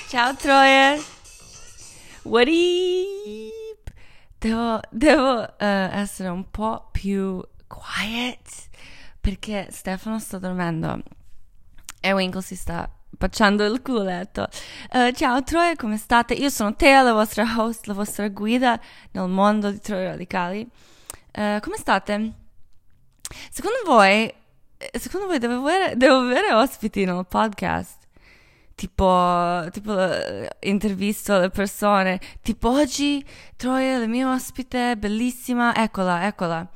Ciao Troyer. What up? Devo essere un po' più quiet perché Stefano sta dormendo e Winkle si sta baciando il culetto. Ciao Troyer, come state? Io sono Tea, la vostra host, la vostra guida nel mondo di Troyer Radicali. Come state? Secondo voi devo avere ospiti nel podcast? Tipo intervisto alle persone, tipo oggi Troia, la mia ospite, bellissima, eccola.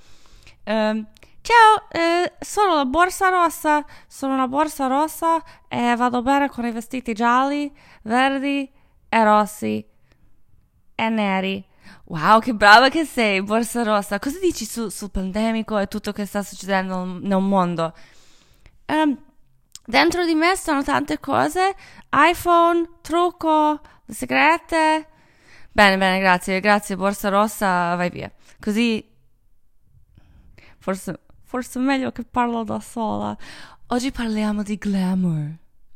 Ciao, sono una borsa rossa e vado bene con i vestiti gialli, verdi e rossi e neri. Wow, che brava che sei, borsa rossa. Cosa dici sul pandemico e tutto che sta succedendo nel mondo? Dentro di me stanno tante cose, iPhone, trucco, le segrete. Bene, grazie, borsa rossa, vai via. Così, forse è meglio che parlo da sola. Oggi parliamo di glamour,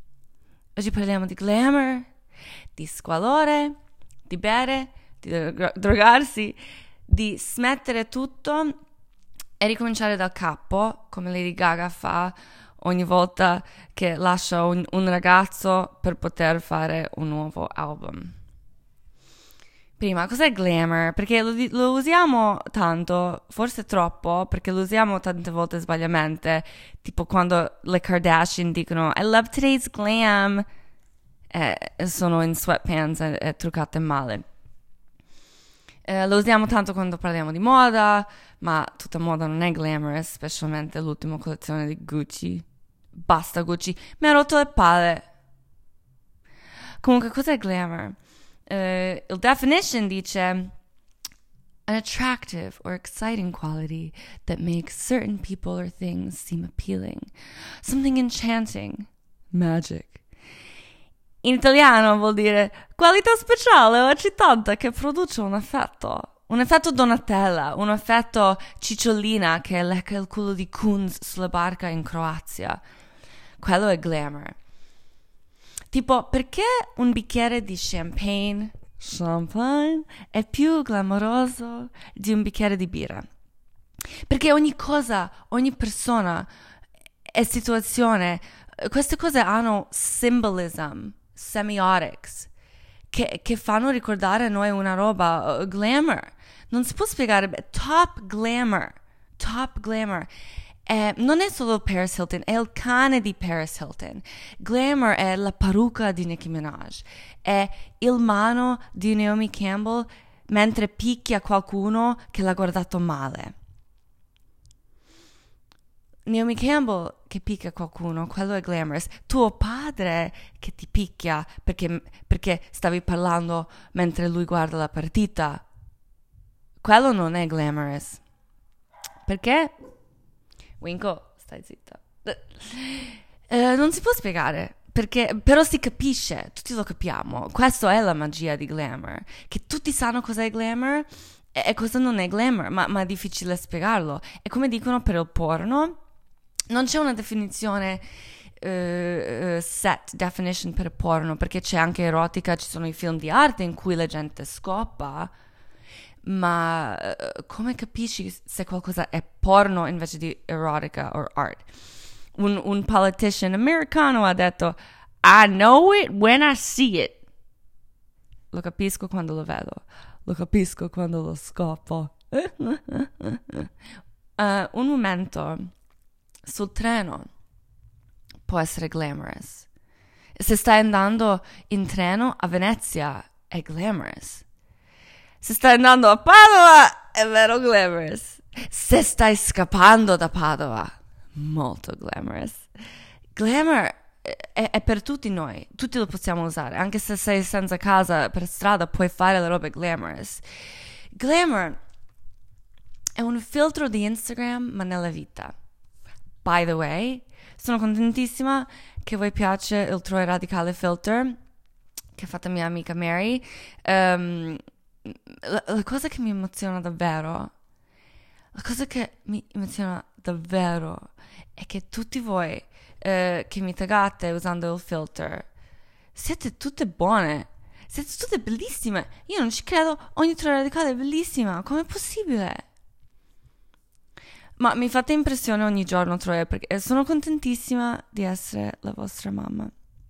di squalore, di bere, di drogarsi, di smettere tutto e ricominciare da capo, come Lady Gaga fa ogni volta che lascia un ragazzo per poter fare un nuovo album. Prima, cos'è glamour? Perché lo usiamo tanto, forse troppo, perché lo usiamo tante volte sbagliamente, tipo quando le Kardashian dicono I love today's glam e sono in sweatpants e truccate male. Lo usiamo tanto quando parliamo di moda, ma tutta moda non è glamorous, specialmente l'ultima collezione di Gucci. Basta Gucci, mi ha rotto le palle. Comunque, cos'è glamour? Il definition dice an attractive or exciting quality that makes certain people or things seem appealing. Something enchanting. Magic. In italiano vuol dire qualità speciale o eccitante che produce un effetto Donatella, un effetto cicciolina che lecca il culo di Kunz sulla barca in Croazia. Quello è glamour. Tipo, perché un bicchiere di champagne è più glamoroso di un bicchiere di birra? Perché ogni cosa, ogni persona e situazione, queste cose hanno symbolism, semiotics, che fanno ricordare a noi una roba, glamour. Non si può spiegare, top glamour. Non è solo Paris Hilton, è il cane di Paris Hilton. Glamour è la parrucca di Nicki Minaj, è il mano di Naomi Campbell mentre picchia qualcuno che l'ha guardato male. Naomi Campbell che picchia qualcuno, quello è glamorous. Tuo padre che ti picchia perché stavi parlando mentre lui guarda la partita, quello non è glamorous. Perché? Winkle, stai zitta. Non si può spiegare, perché però si capisce, tutti lo capiamo. Questa è la magia di glamour, che tutti sanno cos'è glamour e cosa non è glamour, ma è difficile spiegarlo. E come dicono per il porno, non c'è una definizione set definition per il porno, perché c'è anche erotica, ci sono i film di arte in cui la gente scopa. Ma come capisci se qualcosa è porno invece di erotica o art? Un politician americano ha detto I know it when I see it. Lo capisco quando lo vedo. Lo capisco quando lo scopo. Un momento sul treno può essere glamorous. Se stai andando in treno a Venezia è glamorous. Se stai andando a Padova è vero glamorous. Se stai scappando da Padova, molto glamorous. Glamour è per tutti noi, tutti lo possiamo usare. Anche se sei senza casa, per strada puoi fare le robe glamorous. Glamour è un filtro di Instagram ma nella vita. By the way, sono contentissima che a voi piace il Troyer Radicale filter che ha fatto mia amica Mary. La cosa che mi emoziona davvero, è che tutti voi che mi taggate usando il filter siete tutte buone, siete tutte bellissime. Io non ci credo, ogni Troia Radicale è bellissima, com'è possibile? Ma mi fate impressione ogni giorno, Troia, perché sono contentissima di essere la vostra mamma.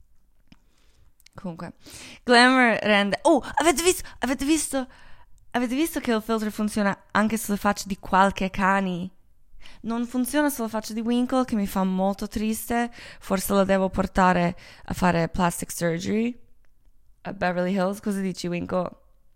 Comunque, Glamour rende... Oh, avete visto che il filtro funziona anche sulle facce di qualche cani? Non funziona sulla faccia di Winkle, che mi fa molto triste. Forse lo devo portare a fare plastic surgery a Beverly Hills. Cosa dici, Winkle?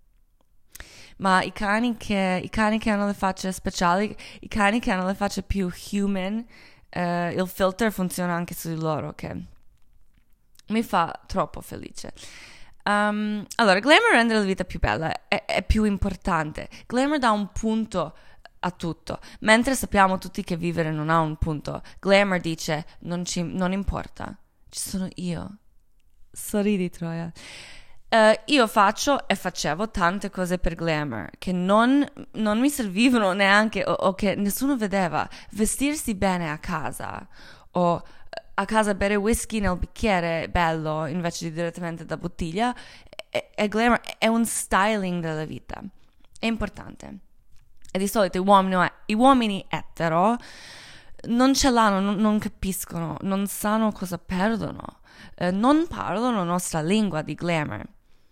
Ma i cani che hanno le facce speciali, i cani che hanno le facce più human, il filter funziona anche su di loro, che mi fa troppo felice. Allora, Glamour rende la vita più bella, è più importante. Glamour dà un punto a tutto, mentre sappiamo tutti che vivere non ha un punto. Glamour dice, non importa, ci sono io. Sorridi, Troia. Io faccio e facevo tante cose per Glamour che non mi servivano neanche o che nessuno vedeva. Vestirsi bene a casa o a casa bere whisky nel bicchiere bello invece di direttamente da bottiglia è Glamour, è un styling della vita, è importante. E di solito i uomini etero non ce l'hanno, non capiscono, non sanno cosa perdono, non parlano la nostra lingua di Glamour.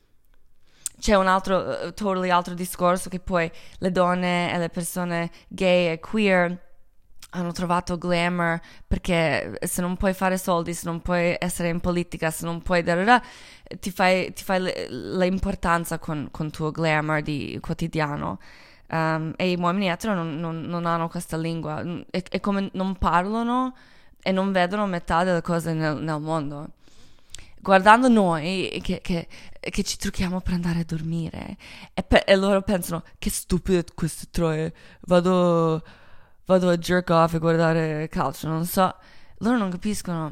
C'è un altro, totally altro discorso, che poi le donne e le persone gay e queer hanno trovato Glamour perché se non puoi fare soldi, se non puoi essere in politica, se non puoi ti fai l'importanza con tuo Glamour di quotidiano. E i uomini etero non hanno questa lingua, è come non parlano e non vedono metà delle cose nel mondo. Guardando noi che ci trucchiamo per andare a dormire e loro pensano, che stupide queste troie, vado a jerk off e guardare calcio, non so. Loro non capiscono.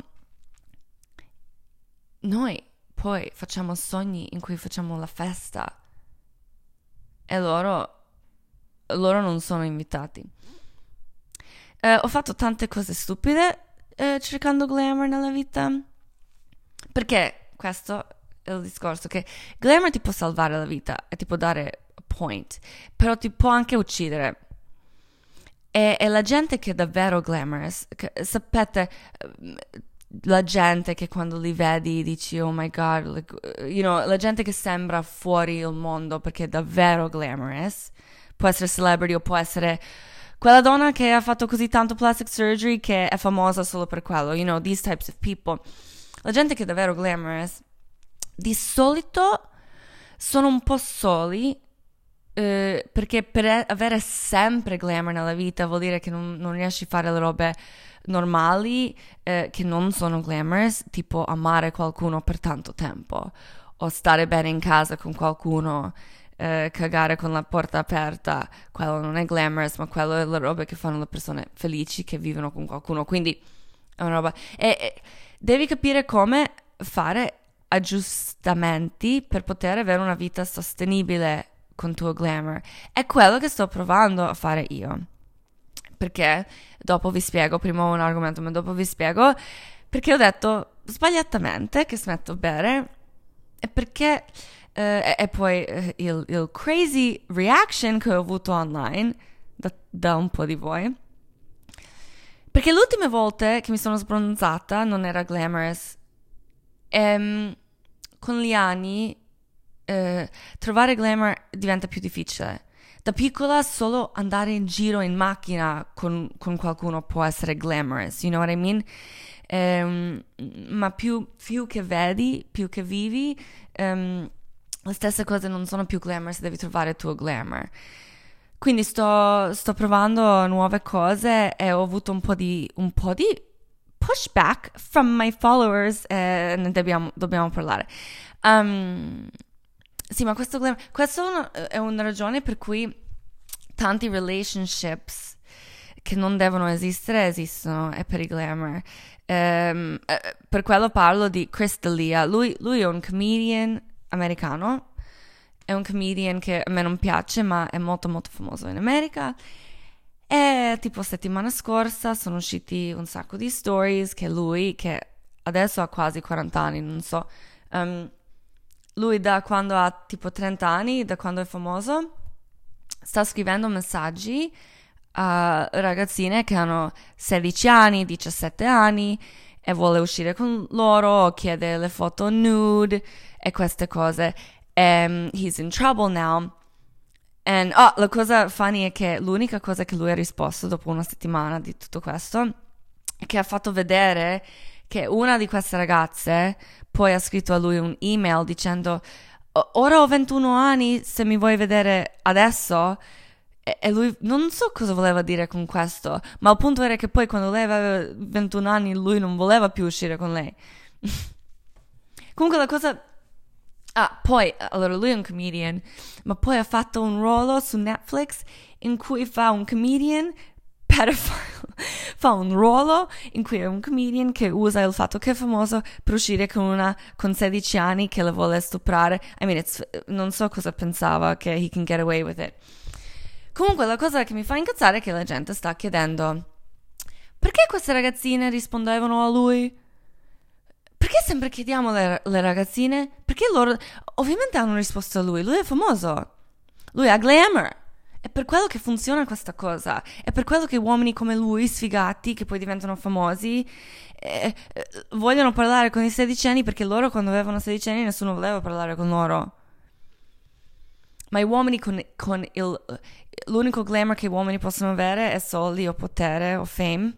Noi poi facciamo sogni in cui facciamo la festa e loro non sono invitati. Ho fatto tante cose stupide cercando Glamour nella vita, perché questo è il discorso, che Glamour ti può salvare la vita e ti può dare point, però ti può anche uccidere. E la gente che è davvero glamorous, sapete, la gente che quando li vedi dici oh my god, like, la gente che sembra fuori il mondo perché è davvero glamorous, può essere celebrity o può essere quella donna che ha fatto così tanto plastic surgery che è famosa solo per quello, these types of people. La gente che è davvero glamorous di solito sono un po' soli, perché per avere sempre glamour nella vita vuol dire che non riesci a fare le robe normali che non sono glamorous, tipo amare qualcuno per tanto tempo o stare bene in casa con qualcuno, cagare con la porta aperta. Quello non è glamorous, ma quello è la roba che fanno le persone felici che vivono con qualcuno, quindi è una roba e devi capire come fare aggiustamenti per poter avere una vita sostenibile con tuo glamour. È quello che sto provando a fare io, perché dopo vi spiego, prima ho un argomento ma dopo vi spiego perché ho detto sbagliatamente che smetto a bere e perché e poi il crazy reaction che ho avuto online da un po' di voi, perché le ultime volte che mi sono sbronzata non era glamorous. Con gli anni trovare glamour diventa più difficile. Da piccola solo andare in giro in macchina con qualcuno può essere glamorous, you know what I mean? Ma più che vedi, più che vivi, le stesse cose non sono più glamorous, devi trovare il tuo glamour. Quindi sto provando nuove cose e ho avuto un po' di pushback from my followers e ne dobbiamo parlare. Sì, ma questo è una ragione per cui tanti relationships che non devono esistere esistono, è per il glamour. Per quello parlo di Chris D'Elia. Lui è un comedian americano, è un comedian che a me non piace, ma è molto molto famoso in America. E tipo settimana scorsa sono usciti un sacco di stories che lui, che adesso ha quasi 40 anni, non so, Lui da quando ha tipo 30 anni, da quando è famoso, sta scrivendo messaggi a ragazzine che hanno 16 anni, 17 anni e vuole uscire con loro, chiede le foto nude e queste cose. He's in trouble now. And la cosa funny è che l'unica cosa che lui ha risposto dopo una settimana di tutto questo è che ha fatto vedere che una di queste ragazze poi ha scritto a lui un'email dicendo ora ho 21 anni, se mi vuoi vedere adesso. E lui non so cosa voleva dire con questo, ma il punto era che poi quando lei aveva 21 anni lui non voleva più uscire con lei. Comunque la cosa... poi, allora lui è un comedian, ma poi ha fatto un ruolo su Netflix in cui fa un comedian pedophile. Fa un ruolo in cui è un comedian che usa il fatto che è famoso per uscire con una con 16 anni che la vuole stuprare. I mean, non so cosa pensava, che he can get away with it. Comunque la cosa che mi fa incazzare è che la gente sta chiedendo perché queste ragazzine rispondevano a lui? Perché sempre chiediamo le ragazzine? Perché loro ovviamente hanno risposto a lui. Lui è famoso. Lui ha glamour. È per quello che funziona questa cosa. È per quello che uomini come lui, sfigati, che poi diventano famosi, vogliono parlare con i 16 anni perché loro quando avevano 16 anni nessuno voleva parlare con loro. Ma gli uomini con l'unico glamour che gli uomini possono avere è soldi o potere o fame.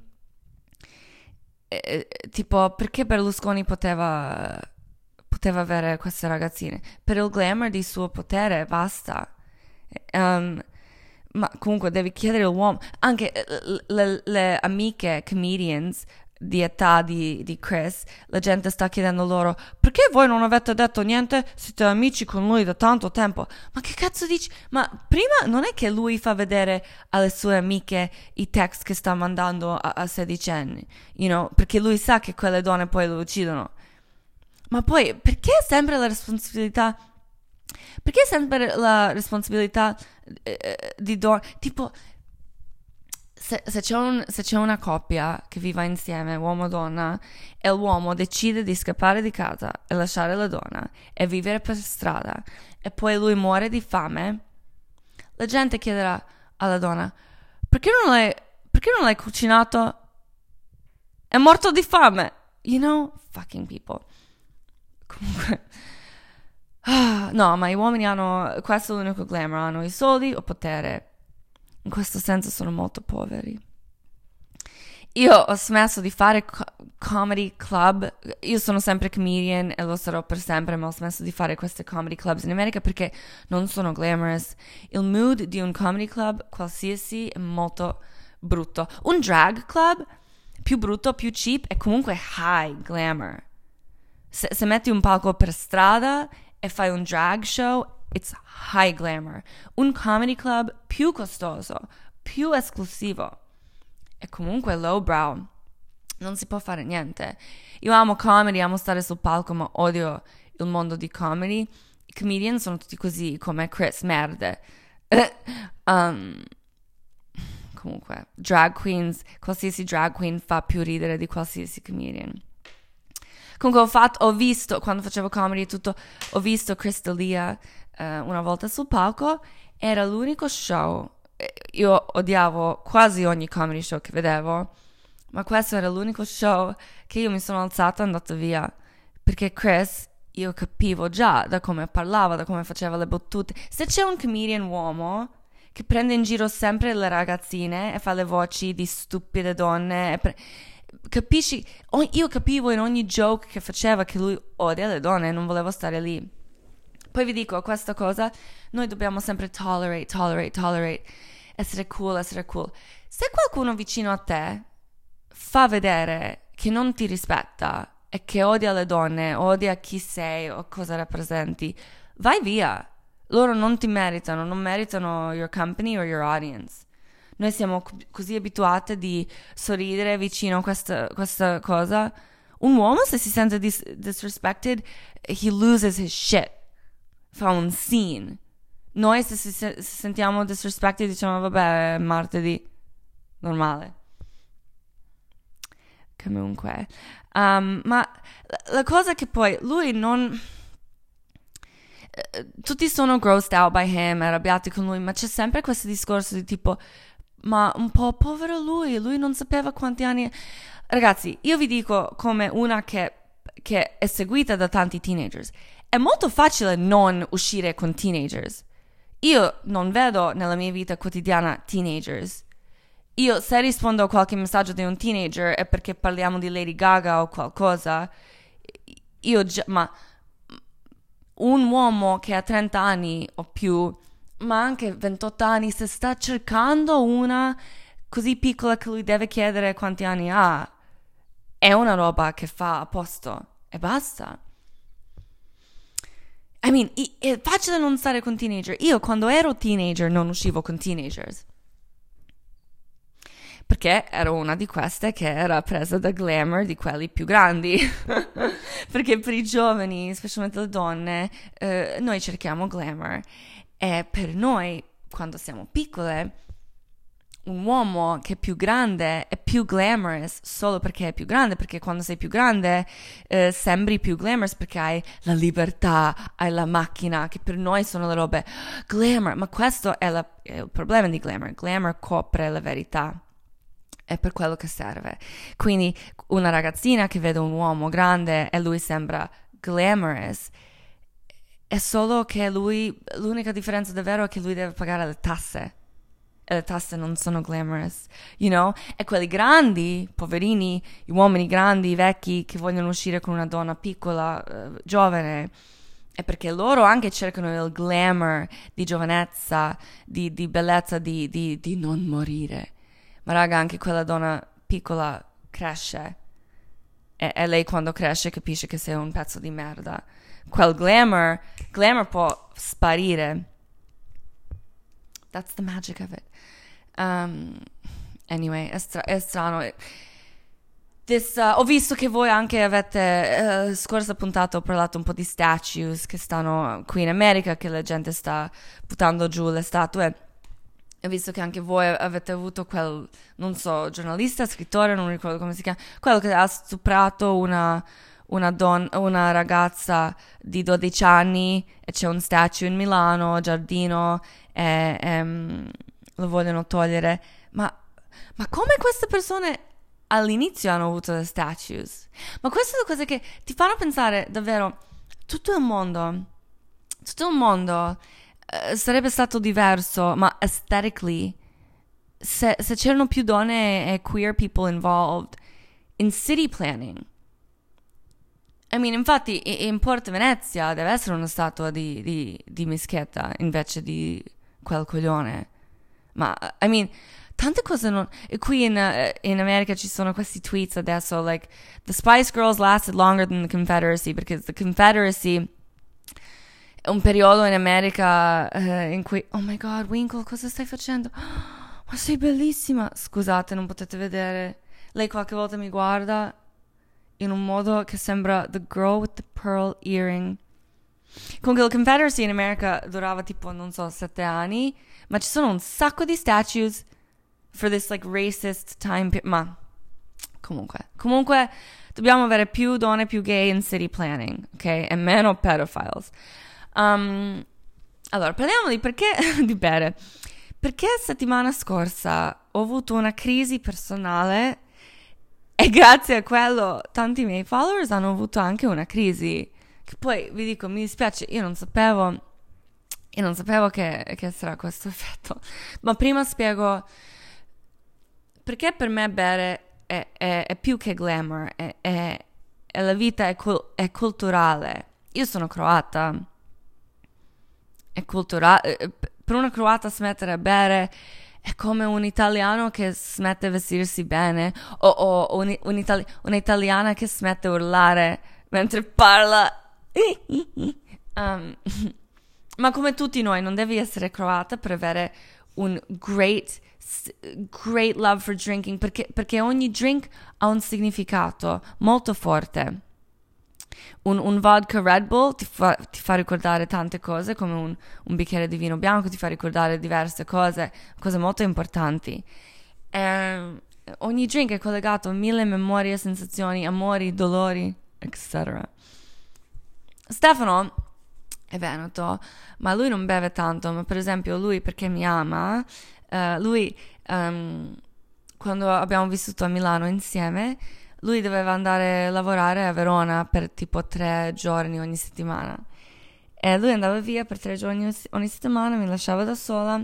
Tipo, perché Berlusconi poteva avere queste ragazzine? Per il glamour di suo potere, basta. Ma comunque devi chiedere all'uomo. Anche le amiche comedians di età di Chris, la gente sta chiedendo loro perché voi non avete detto niente, siete amici con lui da tanto tempo. Ma che cazzo dici? Ma prima non è che lui fa vedere alle sue amiche i text che sta mandando a 16 anni, you know, perché lui sa che quelle donne poi lo uccidono. Ma poi perché sempre la responsabilità di tipo se c'è una coppia che viva insieme, uomo e donna, e l'uomo decide di scappare di casa e lasciare la donna e vivere per strada e poi lui muore di fame, la gente chiederà alla donna perché non l'hai cucinato? È morto di fame, you know? Fucking people. Comunque no, ma gli uomini hanno questo è l'unico glamour, hanno i soldi o potere. In questo senso sono molto poveri. Io ho smesso di fare comedy club. Io sono sempre comedian e lo sarò per sempre, ma ho smesso di fare queste comedy clubs in America perché non sono glamorous. Il mood di un comedy club qualsiasi è molto brutto. Un drag club più brutto, più cheap è comunque high glamour. Se metti un palco per strada e fai un drag show, it's high glamour. Un comedy club più costoso, più esclusivo e comunque lowbrow. Non si può fare niente. Io amo comedy, amo stare sul palco, ma odio il mondo di comedy. I comedian sono tutti così, come Chris, merde. Comunque, drag queens, qualsiasi drag queen fa più ridere di qualsiasi comedian. Comunque ho visto, quando facevo comedy e tutto, ho visto Chris D'Elia una volta sul palco, era l'unico show, io odiavo quasi ogni comedy show che vedevo, ma questo era l'unico show che io mi sono alzata e andata via, perché Chris, io capivo già da come parlava, da come faceva le battute. Se c'è un comedian uomo che prende in giro sempre le ragazzine e fa le voci di stupide donne, capisci? Io capivo in ogni joke che faceva che lui odia le donne e non volevo stare lì. Poi vi dico questa cosa, noi dobbiamo sempre tolerate, essere cool. Se qualcuno vicino a te fa vedere che non ti rispetta e che odia le donne, odia chi sei o cosa rappresenti, vai via. Loro non ti meritano, non meritano your company or your audience. Noi siamo così abituate di sorridere vicino a questa cosa. Un uomo, se si sente disrespected, he loses his shit. Fa un scene. Noi se sentiamo disrespected diciamo vabbè, è martedì. Normale. Comunque. Ma la cosa che poi lui non... tutti sono grossed out by him, arrabbiati con lui, ma c'è sempre questo discorso di tipo, ma un po' povero lui non sapeva quanti anni... Ragazzi, io vi dico come una che è seguita da tanti teenagers, è molto facile non uscire con teenagers. Io non vedo nella mia vita quotidiana teenagers. Io se rispondo a qualche messaggio di un teenager è perché parliamo di Lady Gaga o qualcosa. Ma un uomo che ha 30 anni o più, ma anche 28 anni, se sta cercando una così piccola che lui deve chiedere quanti anni ha, è una roba che fa a posto e basta. I mean, è facile non stare con teenager. Io quando ero teenager non uscivo con teenagers, perché ero una di queste che era presa da glamour di quelli più grandi. Perché per i giovani, specialmente le donne, noi cerchiamo glamour. E per noi, quando siamo piccole, un uomo che è più grande è più glamorous solo perché è più grande, perché quando sei più grande sembri più glamorous perché hai la libertà, hai la macchina, che per noi sono le robe glamour, ma questo è il problema di glamour. Glamour copre la verità. È per quello che serve. Quindi una ragazzina che vede un uomo grande e lui sembra glamorous, è solo che l'unica differenza davvero è che lui deve pagare le tasse. E le tasse non sono glamorous, you know? E quelli grandi, poverini, gli uomini grandi, vecchi, che vogliono uscire con una donna piccola, giovane, è perché loro anche cercano il glamour di giovanezza, di bellezza, di non morire. Ma raga, anche quella donna piccola cresce. E lei quando cresce capisce che sei un pezzo di merda. Quel glamour può sparire. That's the magic of it. Anyway, è strano. Ho visto che voi anche avete, scorsa puntata ho parlato un po' di statues che stanno qui in America, che la gente sta buttando giù le statue. Ho visto che anche voi avete avuto quel, non so, giornalista, scrittore, non ricordo come si chiama, quello che ha stuprato una ragazza di 12 anni e c'è un statue in Milano, giardino, e lo vogliono togliere. Ma come queste persone all'inizio hanno avuto le statues? Ma queste sono cose che ti fanno pensare davvero, tutto il mondo sarebbe stato diverso, ma aesthetically, se c'erano più donne e queer people involved in city planning. I mean, infatti in Porto Venezia deve essere una statua di Mischietta invece di quel coglione. Ma, I mean, tante cose non... E qui in America ci sono questi tweets adesso, like, the Spice Girls lasted longer than the Confederacy, because the Confederacy... un periodo in America in cui, oh my god, Winkle, cosa stai facendo? Ma sei bellissima. Scusate, non potete vedere. Lei qualche volta mi guarda in un modo che sembra the girl with the pearl earring. Comunque la Confederacy in America durava tipo, non so, 7 anni, ma ci sono un sacco di statues for this like racist time ma comunque dobbiamo avere più donne, più gay in city planning, ok? E meno pedophiles. Allora, parliamo di perché di bere. Perché settimana scorsa ho avuto una crisi personale e grazie a quello tanti miei followers hanno avuto anche una crisi. Che poi vi dico, mi dispiace, io non sapevo che sarà questo effetto. Ma prima spiego perché per me bere è più che glamour, è la vita è culturale. Io sono croata. È culturale. Per una croata smettere a bere è come un italiano che smette a vestirsi bene o un'italiana che smette a urlare mentre parla. Ma come tutti noi non devi essere croata per avere un great love for drinking, perché ogni drink ha un significato molto forte. Un vodka Red Bull ti fa ricordare tante cose, come un bicchiere di vino bianco ti fa ricordare diverse cose molto importanti. ogni drink è collegato a 1000 memorie, sensazioni, amori, dolori, eccetera. Stefano è veneto, ma lui non beve tanto, ma per esempio lui, perché mi ama, lui quando abbiamo vissuto a Milano insieme, lui doveva andare a lavorare a Verona per tipo 3 giorni ogni settimana, e lui andava via per 3 giorni ogni settimana, mi lasciava da sola,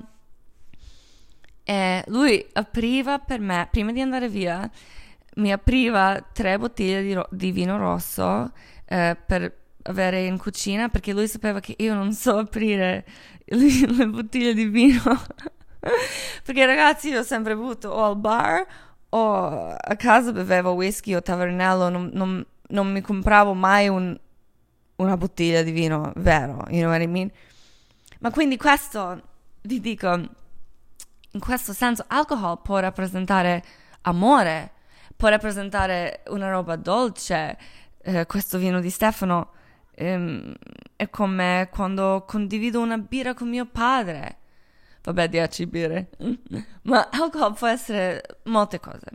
e lui apriva per me, prima di andare via, mi apriva 3 bottiglie di vino rosso per avere in cucina, perché lui sapeva che io non so aprire le bottiglie di vino. Perché ragazzi, io ho sempre bevuto o al bar o a casa bevevo whisky o tavernello, non mi compravo mai una bottiglia di vino vero, you know what I mean? Ma quindi questo, vi dico, in questo senso alcol può rappresentare amore, può rappresentare una roba dolce. Questo vino di Stefano è come quando condivido una birra con mio padre. Vabbè, 10 birre. Ma alcol può essere molte cose.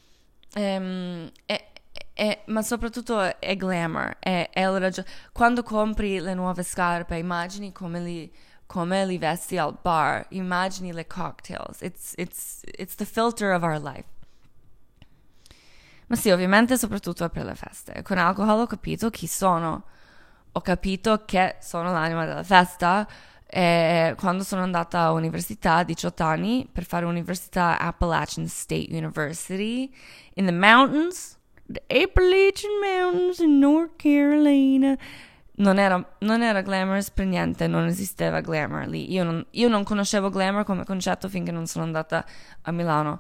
Ma soprattutto è glamour. Quando compri le nuove scarpe, immagini come li vesti al bar, immagini le cocktails. It's the filter of our life. Ma sì, ovviamente soprattutto per le feste. Con alcol ho capito chi sono. Ho capito che sono l'anima della festa. E quando sono andata a università a 18 anni per fare università Appalachian State University in the mountains, the Appalachian Mountains in North Carolina, non era glamorous per niente, non esisteva glamour lì. Io non conoscevo glamour come concetto finché non sono andata a Milano.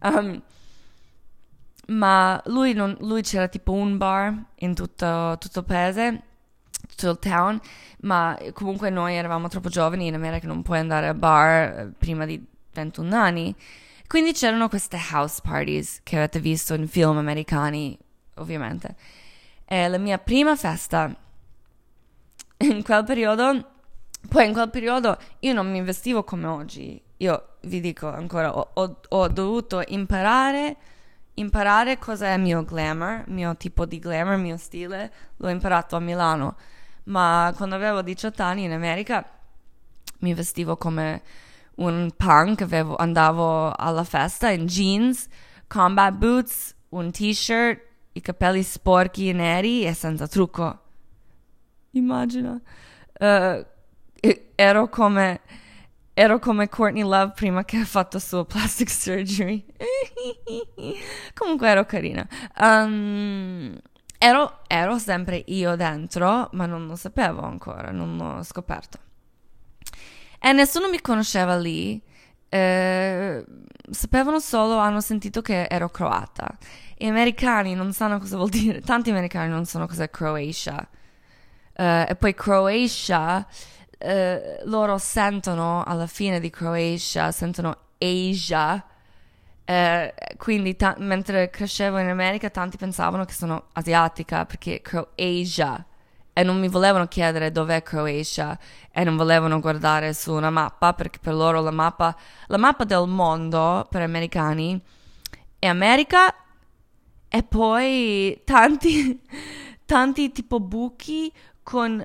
Ma lui c'era tipo un bar in tutto il paese, tutto il town, ma comunque noi eravamo troppo giovani, in America non puoi andare a bar prima di 21 anni, quindi c'erano queste house parties che avete visto in film americani, ovviamente. E la mia prima festa in quel periodo io non mi vestivo come oggi, io vi dico ancora, ho dovuto imparare cosa è mio glamour, mio tipo di glamour, mio stile, l'ho imparato a Milano. Ma quando avevo 18 anni in America mi vestivo come un punk, andavo alla festa in jeans, combat boots, un t-shirt, i capelli sporchi e neri e senza trucco. Immagina. Ero come Courtney Love prima che ha fatto sua plastic surgery. Comunque ero carina. Ero sempre io dentro, ma non lo sapevo ancora, non l'ho scoperto. E nessuno mi conosceva lì. Sapevano solo, hanno sentito che ero croata. Gli americani non sanno cosa vuol dire. Tanti americani non sanno cos'è Croatia. E poi Croatia, loro sentono alla fine di Croatia, sentono Asia. Quindi mentre crescevo in America tanti pensavano che sono asiatica perché Croatia, e non mi volevano chiedere dov'è Croatia e non volevano guardare su una mappa perché per loro la mappa del mondo per americani è America e poi tanti tipo buchi con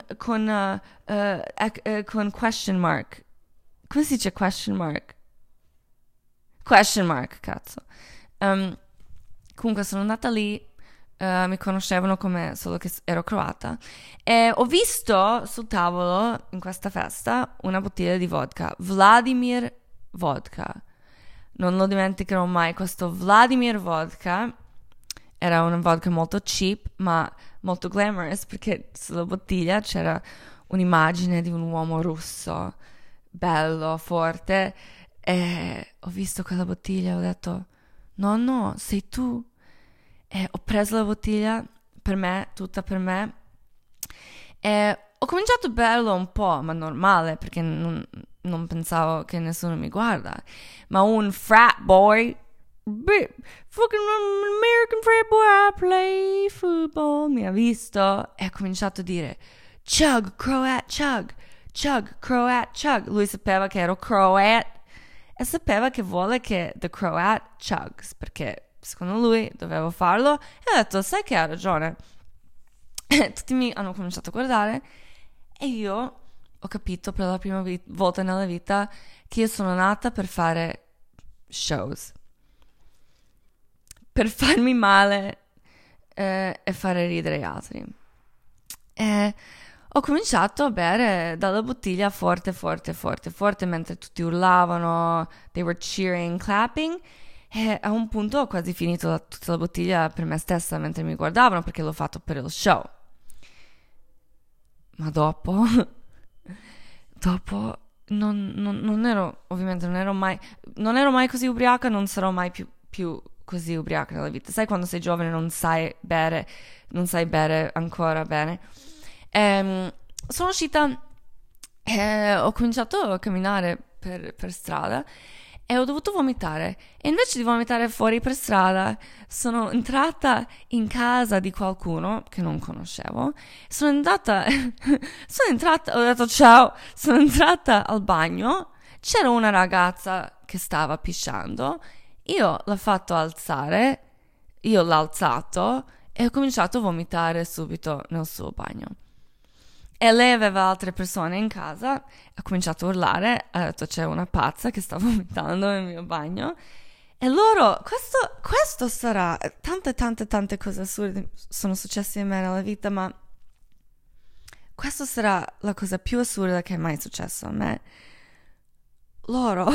question mark. Come si dice question mark? Question mark, cazzo. Comunque sono andata lì, mi conoscevano come solo che ero croata e ho visto sul tavolo in questa festa una bottiglia di vodka, Vladimir Vodka. Non lo dimenticherò mai, questo Vladimir Vodka era una vodka molto cheap ma molto glamorous perché sulla bottiglia c'era un'immagine di un uomo russo, bello, forte. E ho visto quella bottiglia e ho detto no, sei tu. E ho preso la bottiglia per me, tutta per me, e ho cominciato a berlo un po', ma normale perché non pensavo che nessuno mi guarda, ma un frat boy, fucking American frat boy, I play football, mi ha visto e ha cominciato a dire chug, Croat, chug, chug, Croat, chug. Lui sapeva che ero Croat e sapeva che vuole che the Croat chugs, perché secondo lui dovevo farlo, e ho detto, sai che ha ragione. Tutti mi hanno cominciato a guardare e io ho capito per la prima volta nella vita che io sono nata per fare shows, per farmi male e fare ridere gli altri. E ho cominciato a bere dalla bottiglia forte, forte, forte, forte, mentre tutti urlavano, they were cheering, clapping, e a un punto ho quasi finito tutta la bottiglia per me stessa mentre mi guardavano, perché l'ho fatto per il show. Ma dopo non ero, ovviamente non ero mai così ubriaca, non sarò mai più così ubriaca nella vita. Sai quando sei giovane non sai bere ancora bene. Sono uscita e ho cominciato a camminare per strada e ho dovuto vomitare, e invece di vomitare fuori per strada sono entrata in casa di qualcuno che non conoscevo, ho detto ciao, sono entrata al bagno, c'era una ragazza che stava pisciando, io l'ho fatto alzare, io l'ho alzato e ho cominciato a vomitare subito nel suo bagno. E lei aveva altre persone in casa, ha cominciato a urlare, ha detto c'è una pazza che sta vomitando nel mio bagno. E loro, questo sarà, tante cose assurde sono successe a me nella vita, ma questa sarà la cosa più assurda che è mai successa a me. Loro,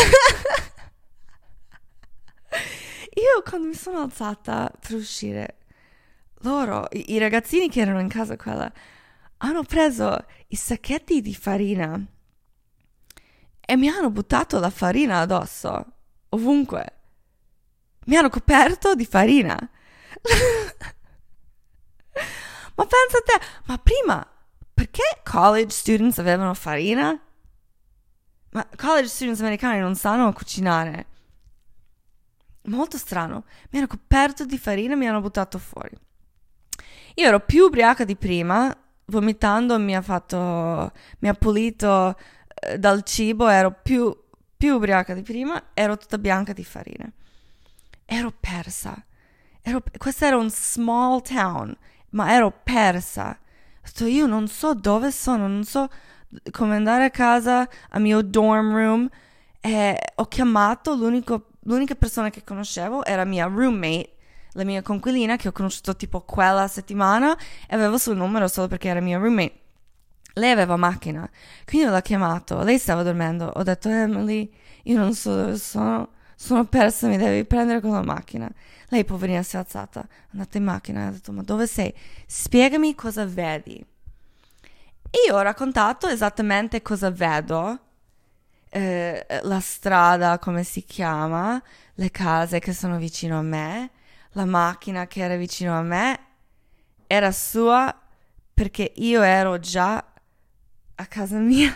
io quando mi sono alzata per uscire, loro, i ragazzini che erano in casa quella, hanno preso i sacchetti di farina e mi hanno buttato la farina addosso, ovunque. Mi hanno coperto di farina. Ma pensa a te, ma prima, perché college students avevano farina? Ma college students americani non sanno cucinare. Molto strano. Mi hanno coperto di farina e mi hanno buttato fuori. Io ero più ubriaca di prima, vomitando mi ha pulito dal cibo, ero più ubriaca di prima, ero tutta bianca di farina. Ero persa. Questo era un small town, ma ero persa. Io non so dove sono, non so come andare a casa, al mio dorm room, e ho chiamato l'unica persona che conoscevo, era mia roommate, la mia coinquilina che ho conosciuto tipo quella settimana, e avevo il suo numero solo perché era mia roommate. Lei aveva macchina, quindi l'ho chiamato, lei stava dormendo, ho detto Emily, io non so dove sono persa, mi devi prendere con la macchina. Lei poverina si è alzata, è andata in macchina e ha detto ma dove sei? Spiegami cosa vedi. E io ho raccontato esattamente cosa vedo, la strada, come si chiama, le case che sono vicino a me, la macchina che era vicino a me era sua perché io ero già a casa mia.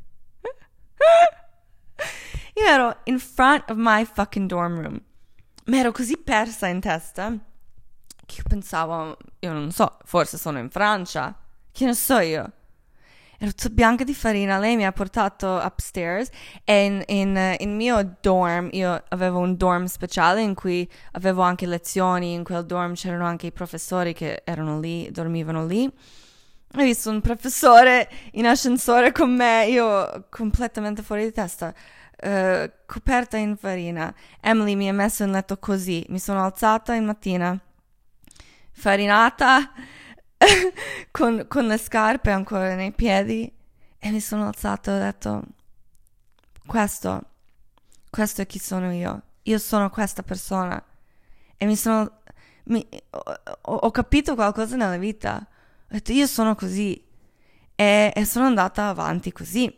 Io ero in front of my fucking dorm room. Ma ero così persa in testa che io pensavo, io non so, forse sono in Francia. Che ne so io? Ero tutta bianca di farina, lei mi ha portato upstairs e in mio dorm, io avevo un dorm speciale in cui avevo anche lezioni, in quel dorm c'erano anche i professori che erano lì, dormivano lì. Ho visto un professore in ascensore con me, io completamente fuori di testa, coperta in farina. Emily mi ha messo in letto così, mi sono alzata in mattina, farinata, con le scarpe ancora nei piedi, e mi sono alzata e ho detto questo è chi sono io sono questa persona, e ho capito qualcosa nella vita, ho detto io sono così e sono andata avanti così.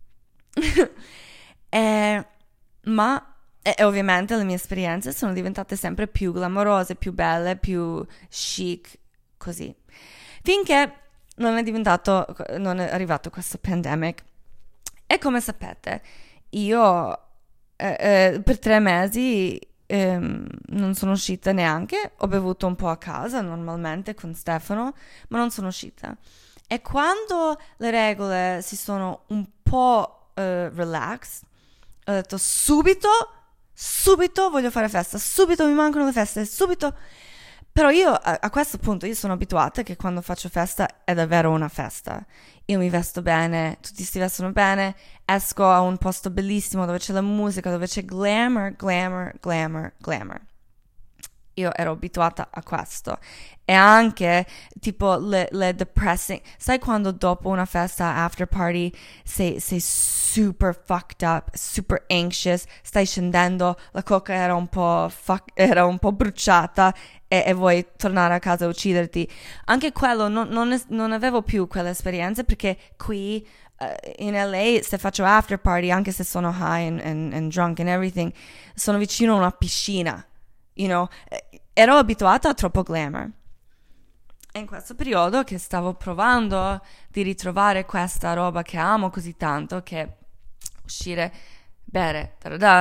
Ma ovviamente le mie esperienze sono diventate sempre più glamorose, più belle, più chic, così. Finché non è arrivato questo pandemic. E come sapete, io per 3 mesi non sono uscita neanche, ho bevuto un po' a casa normalmente con Stefano, ma non sono uscita. E quando le regole si sono un po' relaxed, ho detto subito subito voglio fare festa, subito mi mancano le feste, subito. Però io a questo punto io sono abituata che quando faccio festa è davvero una festa. Io mi vesto bene, tutti si vestono bene, esco a un posto bellissimo dove c'è la musica, dove c'è glamour, glamour, glamour, glamour. Io ero abituata a questo. E anche tipo le depressing, sai quando dopo una festa after party sei super fucked up, super anxious, stai scendendo, la coca era un po' bruciata e vuoi tornare a casa e ucciderti. Anche quello non avevo più quelle esperienze, perché qui in LA, se faccio after party, anche se sono high and drunk and everything, sono vicino a una piscina, you know. Ero abituata a troppo glamour. E in questo periodo che stavo provando di ritrovare questa roba che amo così tanto, che uscire, bere,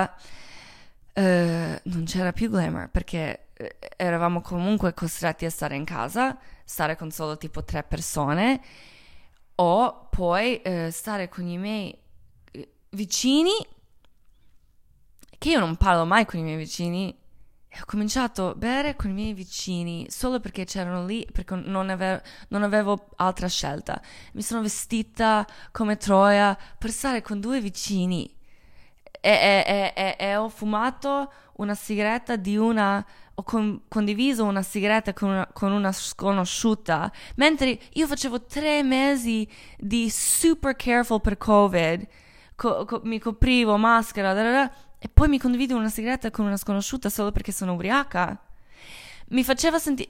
non c'era più glamour, perché eravamo comunque costretti a stare in casa, stare con solo tipo 3 persone, o poi stare con i miei vicini, che io non parlo mai con i miei vicini. E ho cominciato a bere con i miei vicini solo perché c'erano lì, perché non avevo altra scelta. Mi sono vestita come Troia per stare con 2 vicini e ho fumato una sigaretta ho condiviso una sigaretta con una sconosciuta, mentre io facevo 3 mesi di super careful per Covid, mi coprivo, maschera, e poi mi condivido una sigaretta con una sconosciuta solo perché sono ubriaca. Mi faceva sentire...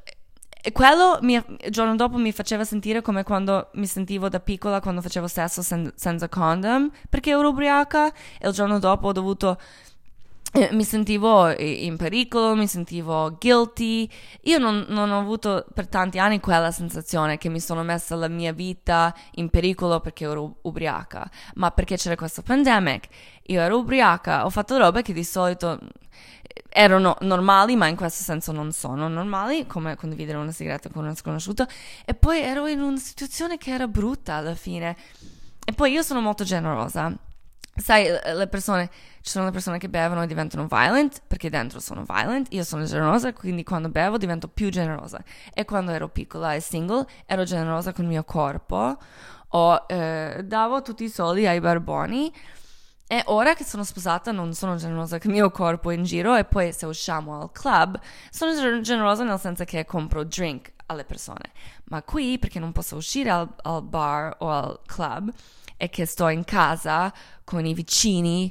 il giorno dopo mi faceva sentire come quando mi sentivo da piccola quando facevo sesso senza condom, perché ero ubriaca, e il giorno dopo ho dovuto... mi sentivo in pericolo, mi sentivo guilty. Io non ho avuto per tanti anni quella sensazione che mi sono messa la mia vita in pericolo perché ero ubriaca, ma perché c'era questo pandemic. Io ero ubriaca, ho fatto robe che di solito erano normali, ma in questo senso non sono normali, come condividere una sigaretta con una sconosciuta, e poi ero in una situazione che era brutta alla fine. E poi io sono molto generosa. Sai, ci sono le persone che bevono e diventano violent, perché dentro sono violent. Io sono generosa, quindi quando bevo divento più generosa. E quando ero piccola e single, ero generosa con il mio corpo, davo tutti i soldi ai barboni. E ora che sono sposata non sono generosa con il mio corpo in giro, e poi se usciamo al club sono generosa nel senso che compro drink alle persone. Ma qui, perché non posso uscire al bar o al club, e che sto in casa con i vicini,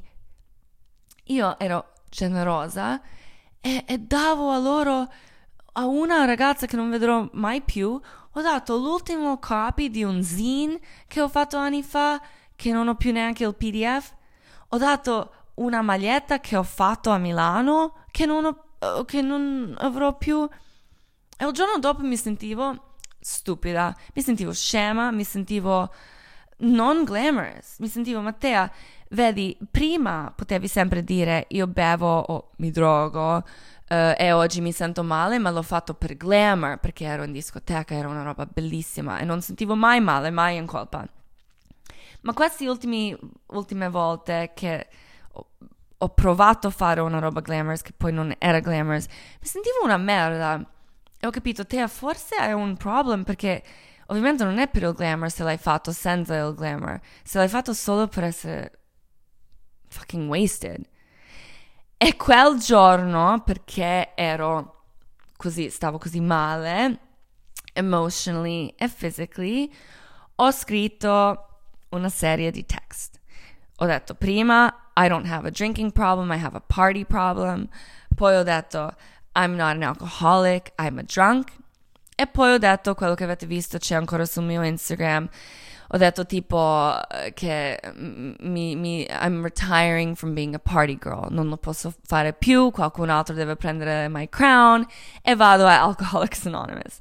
io ero generosa e davo a una ragazza che non vedrò mai più, ho dato l'ultimo copy di un zine che ho fatto anni fa, che non ho più neanche il PDF. Ho dato una maglietta che ho fatto a Milano, che non avrò più. E il giorno dopo mi sentivo stupida, mi sentivo scema, mi sentivo non glamorous, mi sentivo, Mattea, vedi, prima potevi sempre dire io bevo o mi drogo e oggi mi sento male, ma l'ho fatto per glamour, perché ero in discoteca, era una roba bellissima e non sentivo mai male, mai in colpa. Ma queste ultime volte che ho provato a fare una roba glamorous che poi non era glamorous, mi sentivo una merda. E ho capito, Tea, forse hai un problem, perché ovviamente non è per il glamour se l'hai fatto senza il glamour, se l'hai fatto solo per essere fucking wasted. E quel giorno, perché stavo così male, emotionally e physically, ho scritto una serie di text. Ho detto prima, I don't have a drinking problem, I have a party problem. Poi ho detto, I'm not an alcoholic, I'm a drunk. E poi ho detto quello che avete visto, c'è ancora sul mio Instagram. Ho detto tipo che I'm retiring from being a party girl, non lo posso fare più, qualcun altro deve prendere my crown, e vado a Alcoholics Anonymous.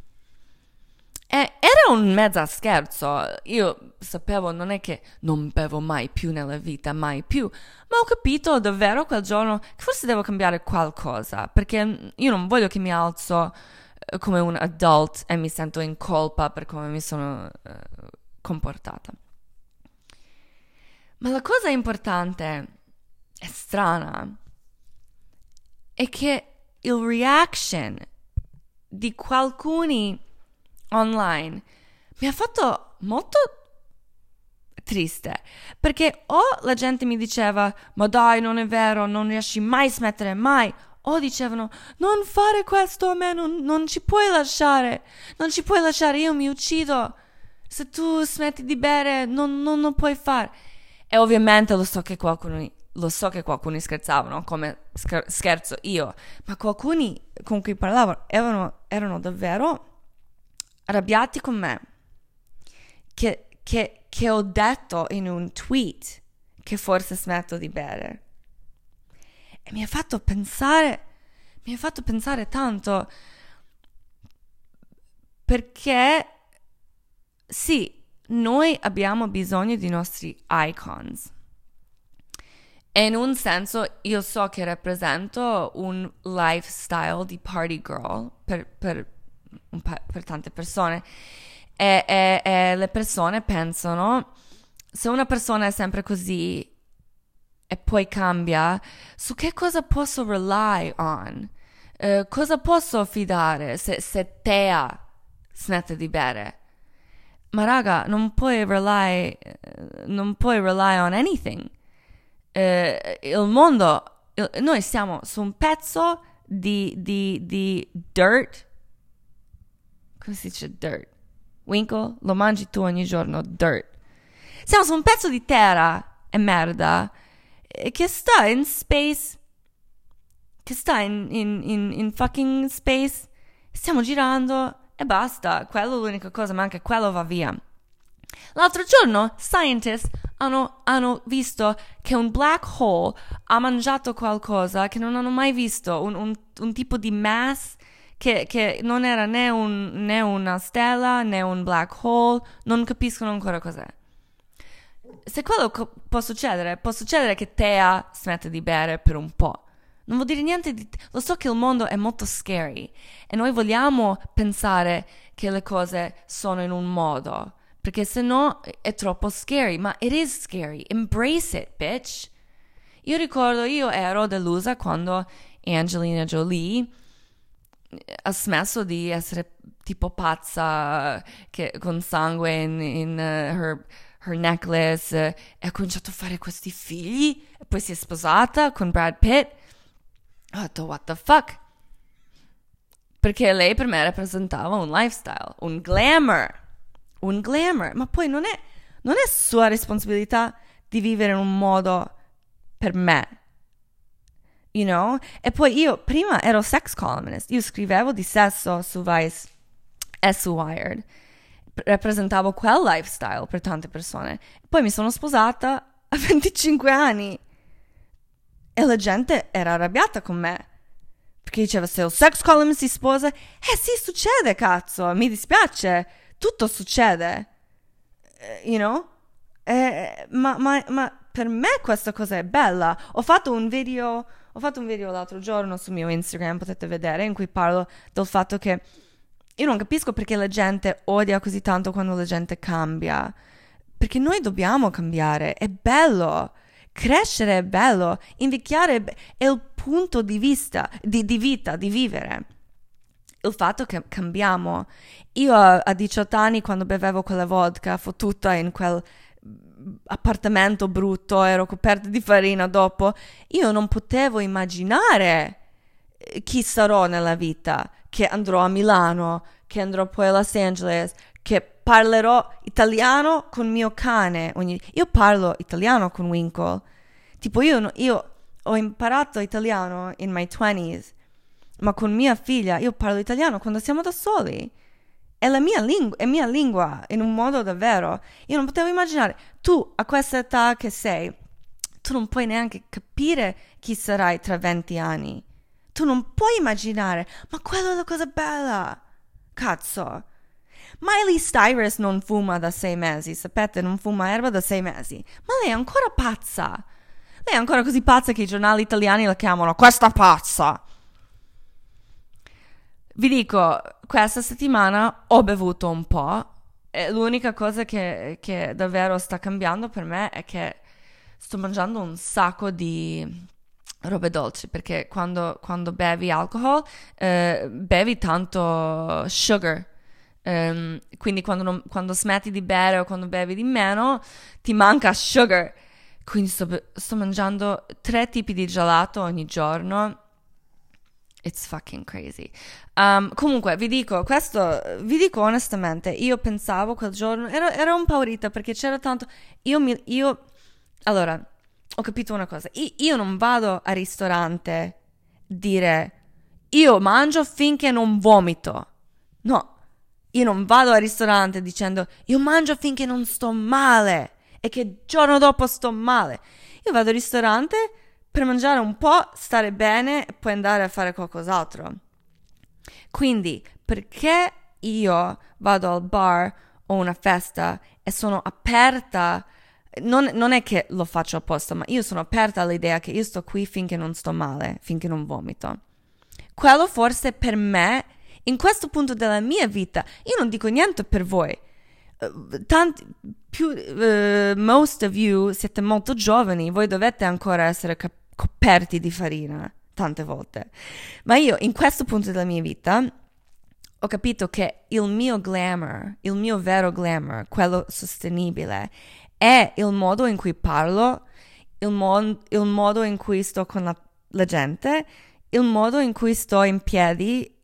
E era un mezzo scherzo, io sapevo, non è che non bevo mai più nella vita, mai più, ma ho capito davvero quel giorno che forse devo cambiare qualcosa, perché io non voglio che mi alzo come un adult e mi sento in colpa per come mi sono comportata. Ma la cosa importante e strana è che il reaction di qualcuno online mi ha fatto molto triste, perché o la gente mi diceva ma dai, non è vero, non riesci mai a smettere, mai, o dicevano non fare questo a me, non ci puoi lasciare, io mi uccido se tu smetti di bere, non puoi fare. E ovviamente lo so che qualcuno scherzavano come scherzo io, ma qualcuno con cui parlavo erano davvero arrabbiati con me che ho detto in un tweet che forse smetto di bere. E mi ha fatto pensare tanto, perché sì, noi abbiamo bisogno di nostri icons. E in un senso io so che rappresento un lifestyle di party girl per tante persone. E le persone pensano, se una persona è sempre così e poi cambia, su che cosa posso rely on? Cosa posso affidare se Tea smette di bere? Ma raga, non puoi rely on anything. Il mondo, noi siamo su un pezzo di dirt. Come si dice dirt? Winkle, lo mangi tu ogni giorno, dirt. Siamo su un pezzo di terra e merda che sta in space, che sta in fucking space. Stiamo girando e basta. Quello è l'unica cosa, ma anche quello va via. L'altro giorno, scientists hanno visto che un black hole ha mangiato qualcosa che non hanno mai visto, un tipo di mass che non era né una stella né un black hole, non capiscono ancora cos'è. Se quello può succedere che Tea smette di bere per un po'. Non vuol dire niente lo so che il mondo è molto scary e noi vogliamo pensare che le cose sono in un modo, perché se no è troppo scary, ma it is scary. Embrace it, bitch. Io ricordo, io ero delusa quando Angelina Jolie ha smesso di essere tipo pazza con sangue in her necklace, e ha cominciato a fare questi figli e poi si è sposata con Brad Pitt. Ho detto what the fuck, perché lei per me rappresentava un lifestyle, un glamour, ma poi non è sua responsabilità di vivere in un modo per me, you know? E poi io prima ero sex columnist, io scrivevo di sesso su Vice e su Wired, rappresentavo quel lifestyle per tante persone. Poi mi sono sposata a 25 anni e la gente era arrabbiata con me perché diceva se il sex columnist si sposa, sì, succede, cazzo, mi dispiace, tutto succede, you know? Ma per me questa cosa è bella. Ho fatto un video l'altro giorno sul mio Instagram, potete vedere, in cui parlo del fatto che io non capisco perché la gente odia così tanto quando la gente cambia, perché noi dobbiamo cambiare, è bello, crescere è bello, invecchiare è il punto di vista, di vita, di vivere. Il fatto che cambiamo. Io a 18 anni, quando bevevo quella vodka fottuta in quel appartamento brutto, ero coperta di farina dopo, io non potevo immaginare chi sarò nella vita, che andrò a Milano, che andrò poi a Los Angeles, che parlerò italiano con mio cane. Io parlo italiano con Winkle. Tipo io ho imparato italiano in my 20s, ma con mia figlia io parlo italiano quando siamo da soli. È mia lingua in un modo davvero. Io non potevo immaginare, tu a questa età che sei, tu non puoi neanche capire chi sarai tra 20 anni. Tu non puoi immaginare, ma quella è la cosa bella. Cazzo. Miley Cyrus non fuma da 6 mesi, sapete? Non fuma erba da 6 mesi. Ma lei è ancora pazza. Lei è ancora così pazza che i giornali italiani la chiamano questa pazza. Vi dico, questa settimana ho bevuto un po'. E l'unica cosa che davvero sta cambiando per me è che sto mangiando un sacco di robe dolci, perché quando bevi alcol bevi tanto sugar. Quindi quando smetti di bere o quando bevi di meno ti manca sugar. Quindi sto mangiando 3 tipi di gelato ogni giorno. It's fucking crazy. Comunque, vi dico onestamente, io pensavo quel giorno, ero impaurita perché c'era tanto. Allora, ho capito una cosa. Io non vado al ristorante dire io mangio finché non vomito. No, io non vado al ristorante dicendo io mangio finché non sto male e che il giorno dopo sto male. Io vado al ristorante per mangiare un po', stare bene e poi andare a fare qualcos'altro. Quindi, perché io vado al bar o una festa e sono aperta, non è che lo faccio apposta, ma io sono aperta all'idea che io sto qui finché non sto male, finché non vomito. Quello forse per me, in questo punto della mia vita, io non dico niente per voi. Most of you siete molto giovani, voi dovete ancora essere coperti di farina tante volte, ma io in questo punto della mia vita ho capito che il mio vero glamour, quello sostenibile, è il modo in cui parlo, il modo in cui sto con la gente, il modo in cui sto in piedi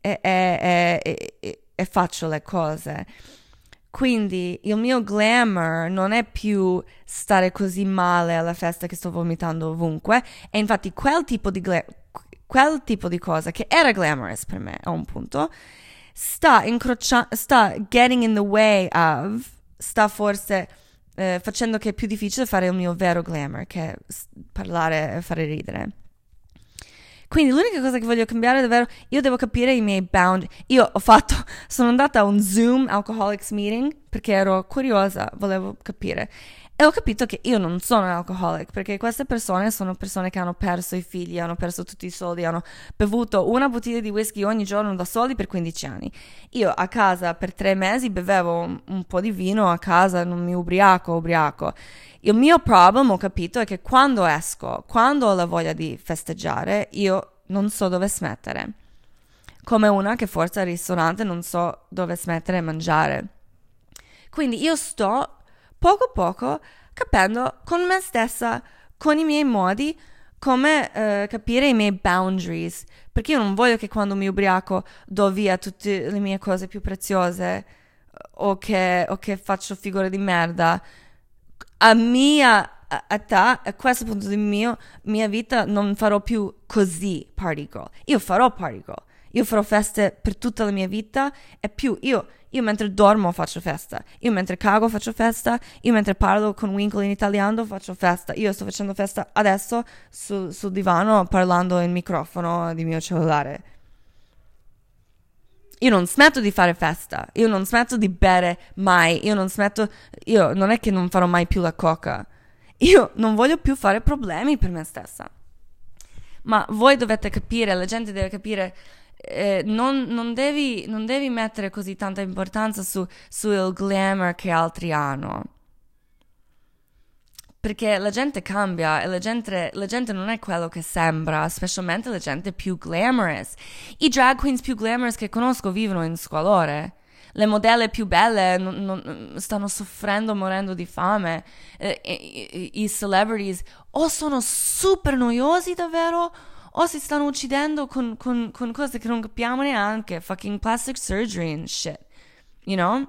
e faccio le cose. Quindi il mio glamour non è più stare così male alla festa che sto vomitando ovunque, e infatti quel tipo di cosa che era glamorous per me a un punto sta getting in the way of, sta forse facendo che è più difficile fare il mio vero glamour, che è parlare e fare ridere. Quindi l'unica cosa che voglio cambiare davvero, io devo capire i miei bound. Sono andata a un Zoom Alcoholics Meeting perché ero curiosa, volevo capire. E ho capito che io non sono un alcoholic, perché queste persone sono persone che hanno perso i figli, hanno perso tutti i soldi, hanno bevuto una bottiglia di whisky ogni giorno da soli per 15 anni. Io a casa per 3 mesi bevevo un po' di vino a casa, non mi ubriaco. Il mio problem, ho capito, è che quando esco, quando ho la voglia di festeggiare, io non so dove smettere. Come una che forse al ristorante non so dove smettere di mangiare. Quindi io sto poco a poco capendo con me stessa, con i miei modi, come capire i miei boundaries. Perché io non voglio che quando mi ubriaco do via tutte le mie cose più preziose o che faccio figure di merda. A questo punto di mia vita non farò più così party girl. Io farò party girl. Io farò feste per tutta la mia vita e più io mentre dormo faccio festa. Io mentre cago faccio festa. Io mentre parlo con Winkle in italiano faccio festa. Io sto facendo festa adesso sul divano parlando in microfono di mio cellulare. Io non smetto di fare festa, io non smetto di bere mai, io non è che non farò mai più la coca, io non voglio più fare problemi per me stessa. Ma voi dovete capire, la gente deve capire, non devi mettere così tanta importanza sul glamour che altri hanno. Perché la gente cambia e la gente non è quello che sembra, specialmente la gente più glamorous. I drag queens più glamorous che conosco vivono in squalore. Le modelle più belle stanno soffrendo, morendo di fame. I celebrities o sono super noiosi davvero o si stanno uccidendo con cose che non capiamo neanche. Fucking plastic surgery and shit. You know?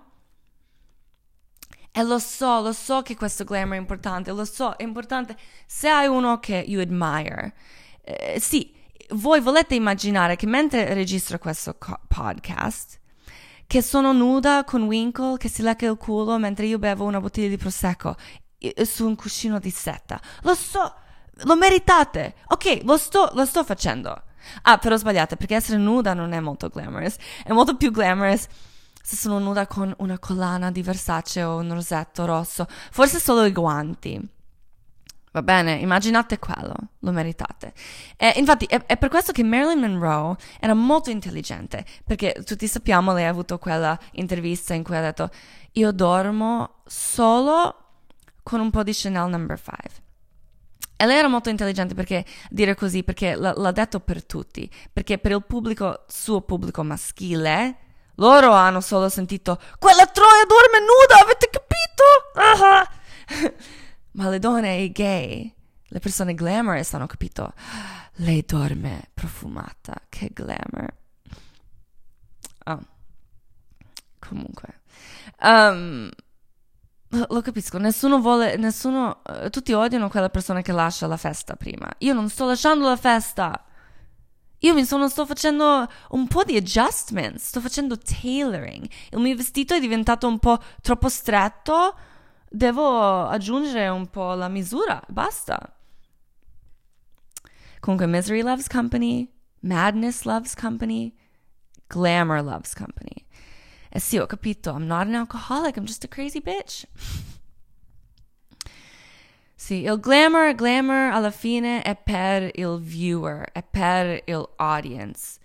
E lo so che questo glamour è importante, lo so, è importante se hai uno che you admire. Sì, voi volete immaginare che mentre registro questo podcast, che sono nuda con Winkle, che si lecca il culo mentre io bevo una bottiglia di prosecco su un cuscino di seta. Lo so, lo meritate. Ok, lo sto facendo. Ah, però sbagliate, perché essere nuda non è molto glamorous. È molto più glamorous se sono nuda con una collana di Versace o un rosetto rosso, forse solo i guanti. Va bene, immaginate quello, lo meritate. Infatti è per questo che Marilyn Monroe era molto intelligente, perché tutti sappiamo, lei ha avuto quella intervista in cui ha detto io dormo solo con un po' di Chanel No. 5. E lei era molto intelligente perché dire così, perché l'ha detto per tutti, perché per il pubblico, suo pubblico maschile, loro hanno solo sentito quella troia dorme nuda, avete capito? Ma le donne e i gay, le persone glamorous hanno capito, lei dorme profumata, che glamour. Comunque lo capisco, tutti odiano quella persona che lascia la festa prima. Io non sto lasciando la festa, io sto facendo un po' di adjustments, sto facendo tailoring. Il mio vestito è diventato un po' troppo stretto, devo aggiungere un po' la misura, basta. Comunque, misery loves company, madness loves company, glamour loves company. E sì, ho capito, I'm not an alcoholic, I'm just a crazy bitch. Sì, il glamour alla fine è per il viewer, è per il audience.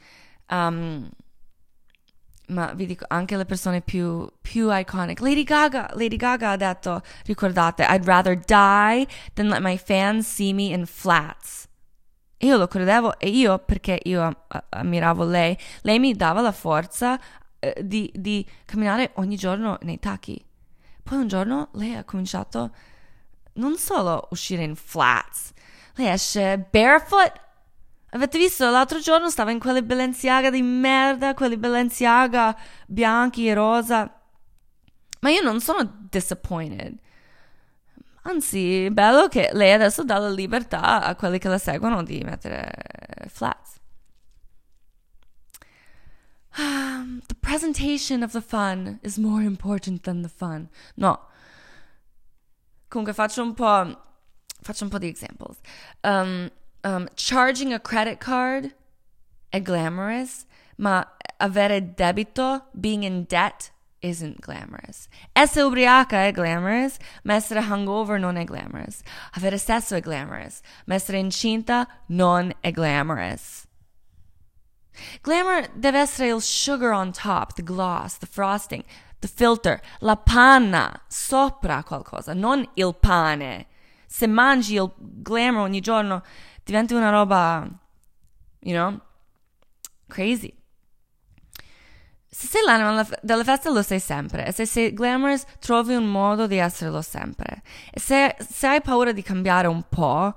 Ma vi dico, anche le persone più iconic. Lady Gaga ha detto, ricordate, I'd rather die than let my fans see me in flats. E io lo credevo, e io, perché io ammiravo lei mi dava la forza di camminare ogni giorno nei tacchi. Poi un giorno lei ha cominciato non solo uscire in flats, lei esce barefoot. Avete visto? L'altro giorno stava in quelle Balenciaga di merda, quelli Balenciaga bianchi e rosa. Ma io non sono disappointed. Anzi, è bello che lei adesso dà la libertà a quelli che la seguono di mettere flats. The presentation of the fun is more important than the fun. No. Comunque faccio un po' di examples. Charging a credit card è glamorous, ma avere debito, being in debt, isn't glamorous. Essere ubriaca è glamorous, ma essere hungover non è glamorous. Avere sesso è glamorous, ma essere incinta non è glamorous. Glamour deve essere il sugar on top, the gloss, the frosting, the filter, la panna sopra qualcosa, non il pane. Se mangi il glamour ogni giorno, diventa una roba, crazy. Se sei l'anima della festa lo sei sempre, e se sei glamorous trovi un modo di esserlo sempre. E se hai paura di cambiare un po',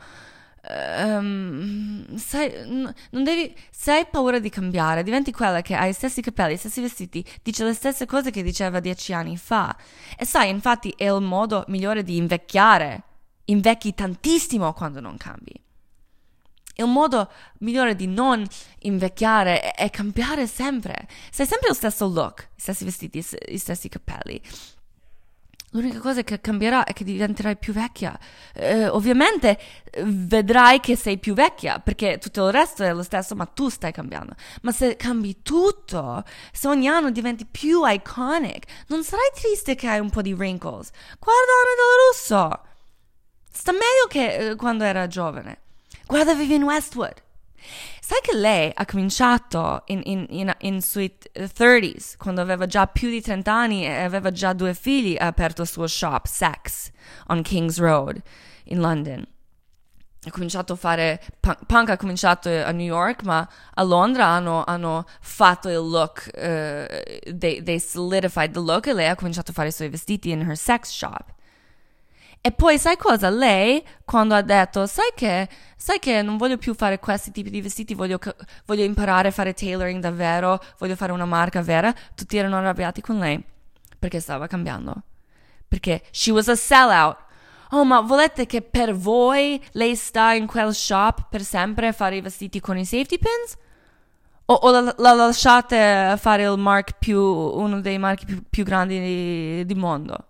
se hai paura di cambiare, diventi quella che ha i stessi capelli, i stessi vestiti, dice le stesse cose che diceva 10 anni fa. E sai, infatti è il modo migliore di invecchiare. Invecchi tantissimo quando non cambi. Il modo migliore di non invecchiare è cambiare sempre. Sei sempre lo stesso look, i stessi vestiti, i stessi capelli. L'unica cosa che cambierà è che diventerai più vecchia. Ovviamente vedrai che sei più vecchia, perché tutto il resto è lo stesso, ma tu stai cambiando. Ma se cambi tutto, se ogni anno diventi più iconic, non sarai triste che hai un po' di wrinkles. Guarda Anna Del Russo. Sta meglio che quando era giovane. Guarda Vivienne Westwood. Sai che lei ha cominciato in sui 30s, quando aveva già più di 30 anni e aveva già 2 figli, ha aperto il suo shop, Sex, on King's Road, in London. Ha cominciato a fare, punk ha cominciato a New York, ma a Londra hanno fatto il look, they solidified the look, e lei ha cominciato a fare i suoi vestiti in her sex shop. E poi sai cosa? Lei, quando ha detto, sai che non voglio più fare questi tipi di vestiti, voglio imparare a fare tailoring davvero, voglio fare una marca vera, tutti erano arrabbiati con lei, perché stava cambiando. Perché she was a sellout. Oh, ma volete che per voi lei sta in quel shop per sempre a fare i vestiti con i safety pins? O la lasciate fare uno dei marchi più grandi di mondo?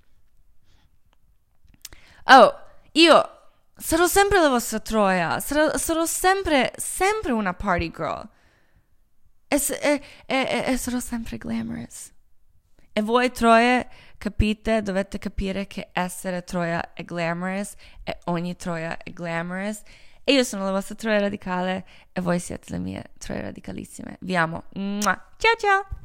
Oh, io sarò sempre la vostra Troia, sarò sempre una party girl. E sarò sempre glamorous. E voi Troie dovete capire che essere Troia è glamorous e ogni Troia è glamorous. E io sono la vostra Troia radicale e voi siete le mie Troie radicalissime. Vi amo. Ciao ciao!